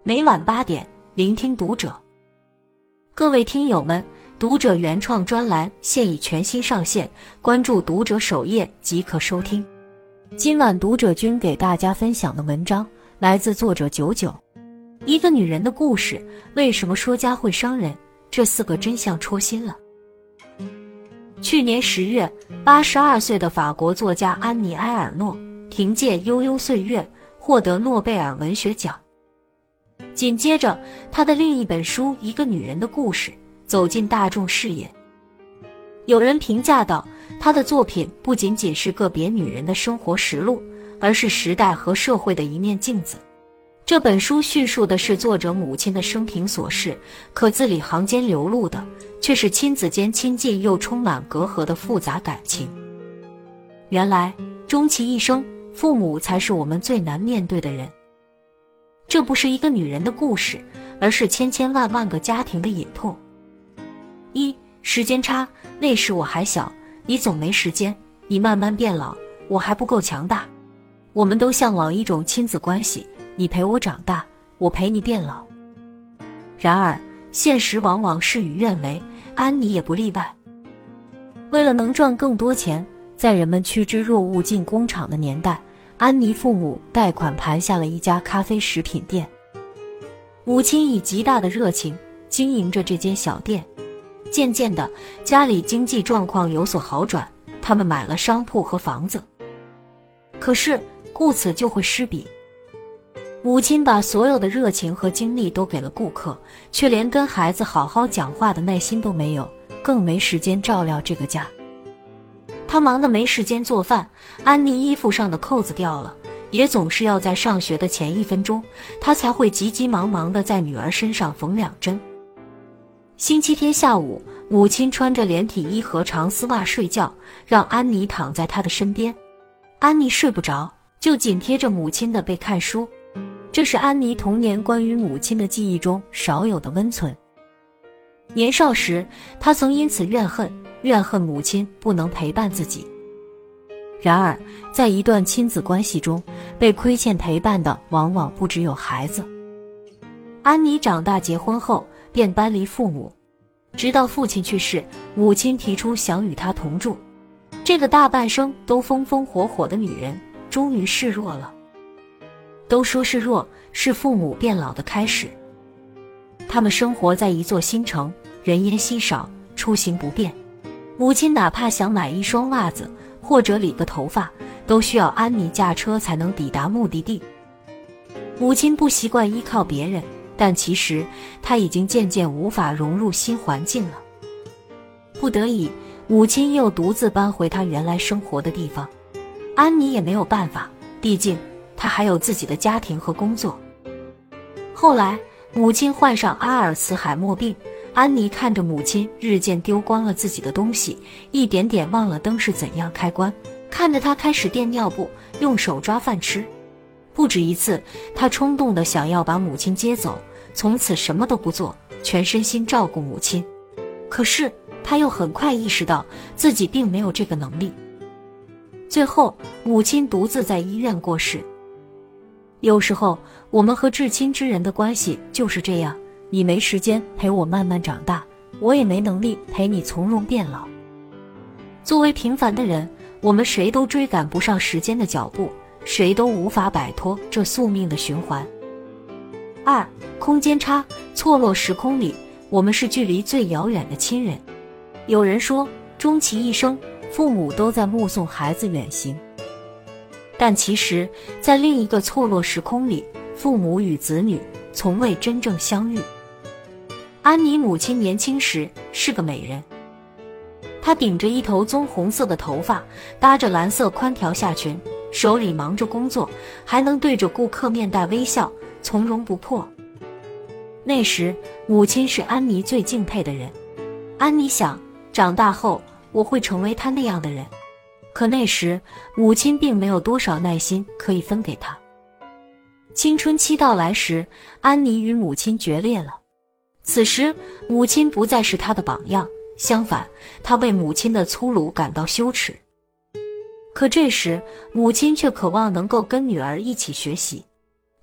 每晚8点，聆听读者。各位听友们，读者原创专栏现已全新上线，关注读者首页即可收听。今晚读者君给大家分享的文章来自作者99。一个女人的故事，为什么说家会伤人？这4个真相戳心了。去年10月，82岁的法国作家安妮·埃尔诺凭借《悠悠岁月》获得诺贝尔文学奖。紧接着，她的另一本书《一个女人的故事》走进大众视野。有人评价道，她的作品不仅仅是个别女人的生活实录，而是时代和社会的一面镜子。这本书叙述的是作者母亲的生平琐事，可字里行间流露的却是亲子间亲近又充满隔阂的复杂感情。原来，终其一生，父母才是我们最难面对的人。这不是一个女人的故事，而是千千万万个家庭的隐痛。时间差，那时我还小，你总没时间，你慢慢变老，我还不够强大。我们都向往一种亲子关系，你陪我长大，我陪你变老。然而，现实往往事与愿违，安妮也不例外。为了能赚更多钱，在人们趋之若鹜进工厂的年代，安妮父母贷款盘下了一家咖啡食品店。母亲以极大的热情经营着这间小店。渐渐的，家里经济状况有所好转，他们买了商铺和房子。可是，顾此就会失彼。母亲把所有的热情和精力都给了顾客，却连跟孩子好好讲话的耐心都没有，更没时间照料这个家。她忙得没时间做饭，安妮衣服上的扣子掉了，也总是要在上学的前1分钟，她才会急急忙忙地在女儿身上缝2针。星期天下午，母亲穿着连体衣和长丝袜睡觉，让安妮躺在她的身边。安妮睡不着，就紧贴着母亲的背看书。这是安妮童年关于母亲的记忆中少有的温存。年少时，她曾因此怨恨母亲不能陪伴自己。然而，在一段亲子关系中，被亏欠陪伴的往往不只有孩子。安妮长大结婚后，便搬离父母，直到父亲去世，母亲提出想与他同住。这个大半生都风风火火的女人，终于示弱了。都说示弱是父母变老的开始。他们生活在一座新城，人烟稀少，出行不便。母亲哪怕想买一双袜子或者理个头发，都需要安妮驾车才能抵达目的地。母亲不习惯依靠别人，但其实她已经渐渐无法融入新环境了。不得已，母亲又独自搬回她原来生活的地方。安妮也没有办法，毕竟她还有自己的家庭和工作。后来，母亲患上阿尔茨海默病，安妮看着母亲日渐丢光了自己的东西，一点点忘了灯是怎样开关，看着她开始垫尿布，用手抓饭吃。不止一次，她冲动地想要把母亲接走，从此什么都不做，全身心照顾母亲。可是，她又很快意识到自己并没有这个能力。最后，母亲独自在医院过世。有时候，我们和至亲之人的关系就是这样，你没时间陪我慢慢长大，我也没能力陪你从容变老。作为平凡的人，我们谁都追赶不上时间的脚步，谁都无法摆脱这宿命的循环。空间差，错落时空里，我们是距离最遥远的亲人。有人说，终其一生，父母都在目送孩子远行。但其实，在另一个错落时空里，父母与子女从未真正相遇。安妮母亲年轻时是个美人，她顶着一头棕红色的头发，搭着蓝色宽条下裙，手里忙着工作，还能对着顾客面带微笑，从容不迫。那时，母亲是安妮最敬佩的人。安妮想，长大后我会成为她那样的人。可那时，母亲并没有多少耐心可以分给她。青春期到来时，安妮与母亲决裂了。此时，母亲不再是她的榜样，相反，她为母亲的粗鲁感到羞耻。可这时，母亲却渴望能够跟女儿一起学习。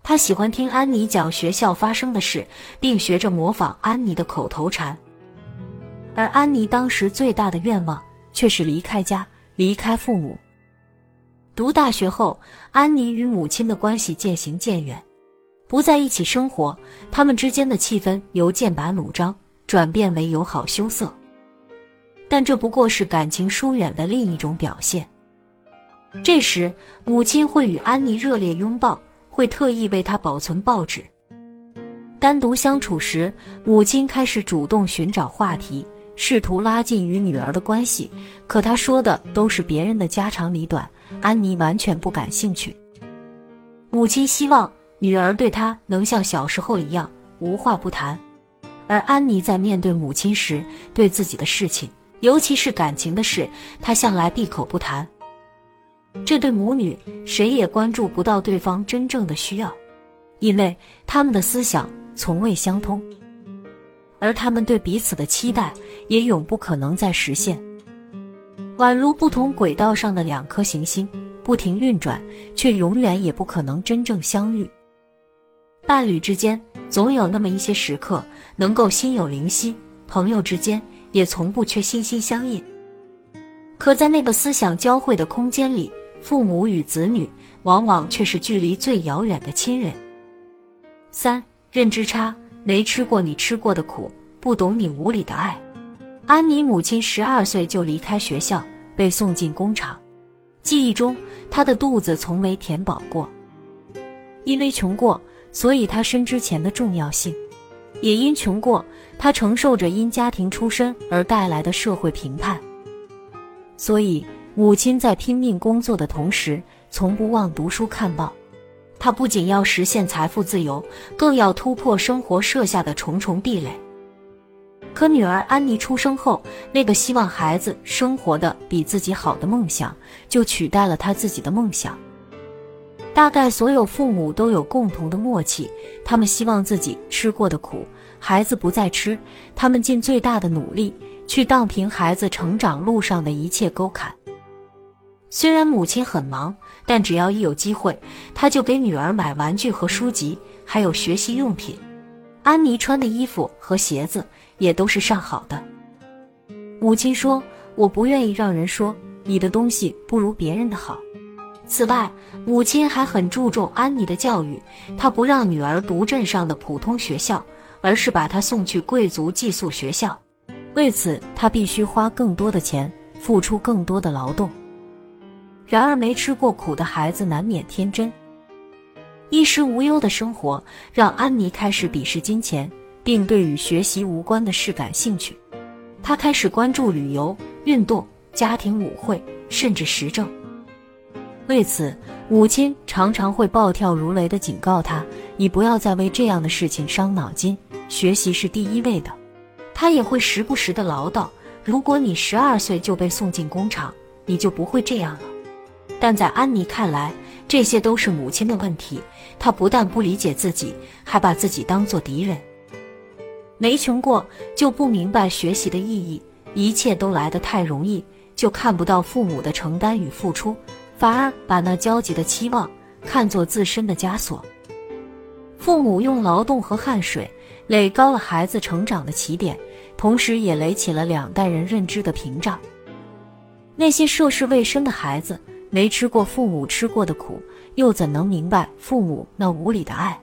他喜欢听安妮讲学校发生的事，并学着模仿安妮的口头禅。而安妮当时最大的愿望却是离开家，离开父母。读大学后，安妮与母亲的关系渐行渐远，不在一起生活，他们之间的气氛由剑拔弩张转变为友好羞涩。但这不过是感情疏远的另一种表现。这时，母亲会与安妮热烈拥抱，会特意为她保存报纸。单独相处时，母亲开始主动寻找话题，试图拉近与女儿的关系，可她说的都是别人的家长里短，安妮完全不感兴趣。母亲希望女儿对她能像小时候一样无话不谈，而安妮在面对母亲时，对自己的事情，尤其是感情的事，她向来闭口不谈。这对母女谁也关注不到对方真正的需要，因为他们的思想从未相通，而他们对彼此的期待也永不可能再实现。宛如不同轨道上的两颗行星，不停运转，却永远也不可能真正相遇。伴侣之间总有那么一些时刻能够心有灵犀，朋友之间也从不缺心心相印。可在那个思想交汇的空间里，父母与子女往往却是距离最遥远的亲人。3. 认知差，没吃过你吃过的苦，不懂你无理的爱。安妮母亲12岁就离开学校，被送进工厂。记忆中，她的肚子从没填饱过。因为穷过，所以她深知钱的重要性。也因穷过，她承受着因家庭出身而带来的社会评判。所以母亲在拼命工作的同时，从不忘读书看报。她不仅要实现财富自由，更要突破生活设下的重重壁垒。可女儿安妮出生后，那个希望孩子生活的比自己好的梦想，就取代了她自己的梦想。大概所有父母都有共同的默契，他们希望自己吃过的苦，孩子不再吃，他们尽最大的努力去荡平孩子成长路上的一切沟坎。虽然母亲很忙，但只要一有机会，她就给女儿买玩具和书籍，还有学习用品。安妮穿的衣服和鞋子也都是上好的。母亲说，我不愿意让人说你的东西不如别人的好。此外，母亲还很注重安妮的教育，她不让女儿读镇上的普通学校，而是把她送去贵族寄宿学校。为此，她必须花更多的钱，付出更多的劳动。然而没吃过苦的孩子难免天真，衣食无忧的生活让安妮开始鄙视金钱，并对与学习无关的事感兴趣。她开始关注旅游、运动、家庭舞会，甚至时政。为此，母亲常常会暴跳如雷地警告她，你不要再为这样的事情伤脑筋，学习是第一位的。她也会时不时地唠叨，如果你12岁就被送进工厂，你就不会这样了。但在安妮看来，这些都是母亲的问题，她不但不理解自己，还把自己当作敌人。没穷过就不明白学习的意义，一切都来得太容易，就看不到父母的承担与付出，反而把那焦急的期望看作自身的枷锁。父母用劳动和汗水垒高了孩子成长的起点，同时也垒起了2代人认知的屏障。那些涉世未深的孩子，没吃过父母吃过的苦，又怎能明白父母那无理的爱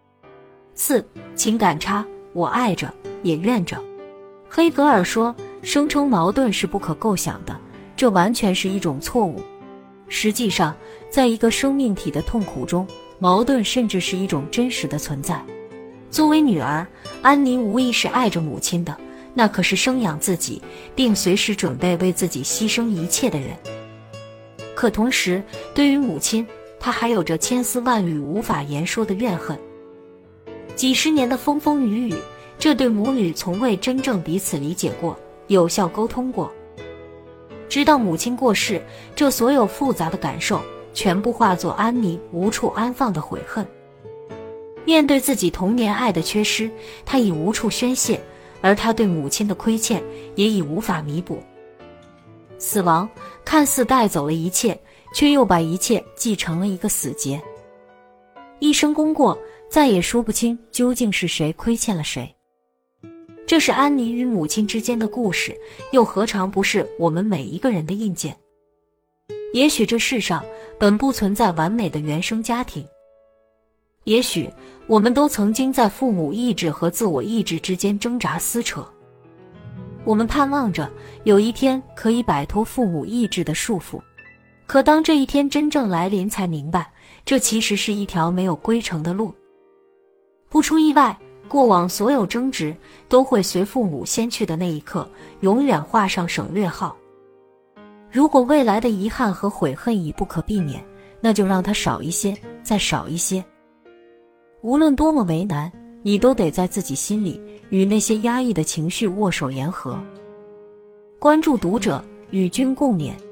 ？4. 情感差，我爱着也怨着。黑格尔说，声称矛盾是不可构想的，这完全是一种错误。实际上，在一个生命体的痛苦中，矛盾甚至是一种真实的存在。作为女儿，安妮无疑是爱着母亲的，那可是生养自己，并随时准备为自己牺牲一切的人。可同时，对于母亲，她还有着千丝万缕无法言说的怨恨。几十年的风风雨雨，这对母女从未真正彼此理解过，有效沟通过。直到母亲过世，这所有复杂的感受全部化作安妮无处安放的悔恨。面对自己童年爱的缺失，她已无处宣泄，而她对母亲的亏欠也已无法弥补。死亡看似带走了一切，却又把一切系成了一个死结。 一生功过，再也说不清究竟是谁亏欠了谁。这是安妮与母亲之间的故事，又何尝不是我们每一个人的印鉴？也许这世上本不存在完美的原生家庭，也许我们都曾经在父母意志和自我意志之间挣扎撕扯。我们盼望着有一天可以摆脱父母意志的束缚，可当这一天真正来临，才明白，这其实是一条没有归程的路。不出意外，过往所有争执都会随父母先去的那一刻，永远画上省略号。如果未来的遗憾和悔恨已不可避免，那就让它少一些，再少一些。无论多么为难，你都得在自己心里与那些压抑的情绪握手言和。关注读者，与君共勉。